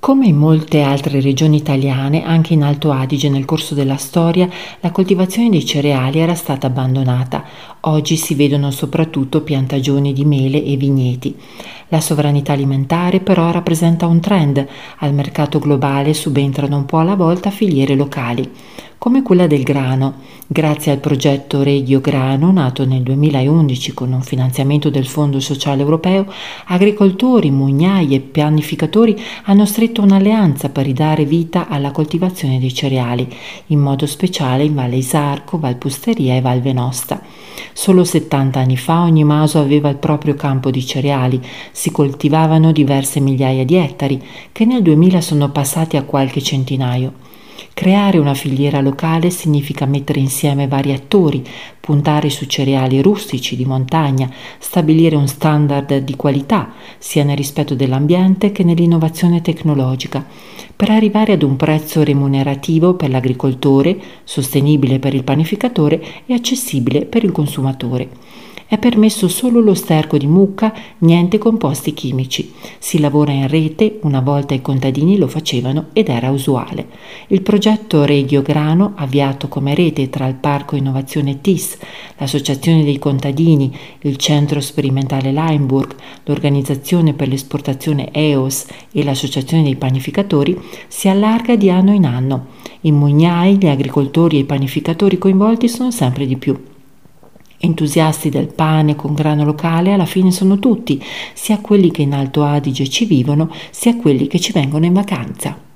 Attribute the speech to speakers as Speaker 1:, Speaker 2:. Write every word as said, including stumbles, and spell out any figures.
Speaker 1: Come in molte altre regioni italiane, anche in Alto Adige nel corso della storia la coltivazione dei cereali era stata abbandonata. Oggi si vedono soprattutto piantagioni di mele e vigneti. La sovranità alimentare però rappresenta un trend. Al mercato globale subentrano un po' alla volta filiere locali, come quella del grano. Grazie al progetto Regio Grano, nato nel duemilaundici con un finanziamento del Fondo Sociale Europeo, agricoltori, mugnai e pianificatori hanno stretto un'alleanza per ridare vita alla coltivazione dei cereali, in modo speciale in Valle Isarco, Val Pusteria e Val Venosta. Solo settanta anni fa ogni maso aveva il proprio campo di cereali, si coltivavano diverse migliaia di ettari, che nel duemila sono passati a qualche centinaio. Creare una filiera locale significa mettere insieme vari attori, puntare su cereali rustici di montagna, stabilire un standard di qualità, sia nel rispetto dell'ambiente che nell'innovazione tecnologica, per arrivare ad un prezzo remunerativo per l'agricoltore, sostenibile per il panificatore e accessibile per il consumatore. È permesso solo lo sterco di mucca, niente composti chimici. Si lavora in rete, una volta i contadini lo facevano ed era usuale. Il progetto Regio Grano, avviato come rete tra il Parco Innovazione T I S, l'Associazione dei Contadini, il Centro Sperimentale Limburg, l'Organizzazione per l'Esportazione E O S e l'Associazione dei Panificatori, si allarga di anno in anno. I mugnai, gli agricoltori e i panificatori coinvolti sono sempre di più. Entusiasti del pane con grano locale alla fine sono tutti, sia quelli che in Alto Adige ci vivono, sia quelli che ci vengono in vacanza.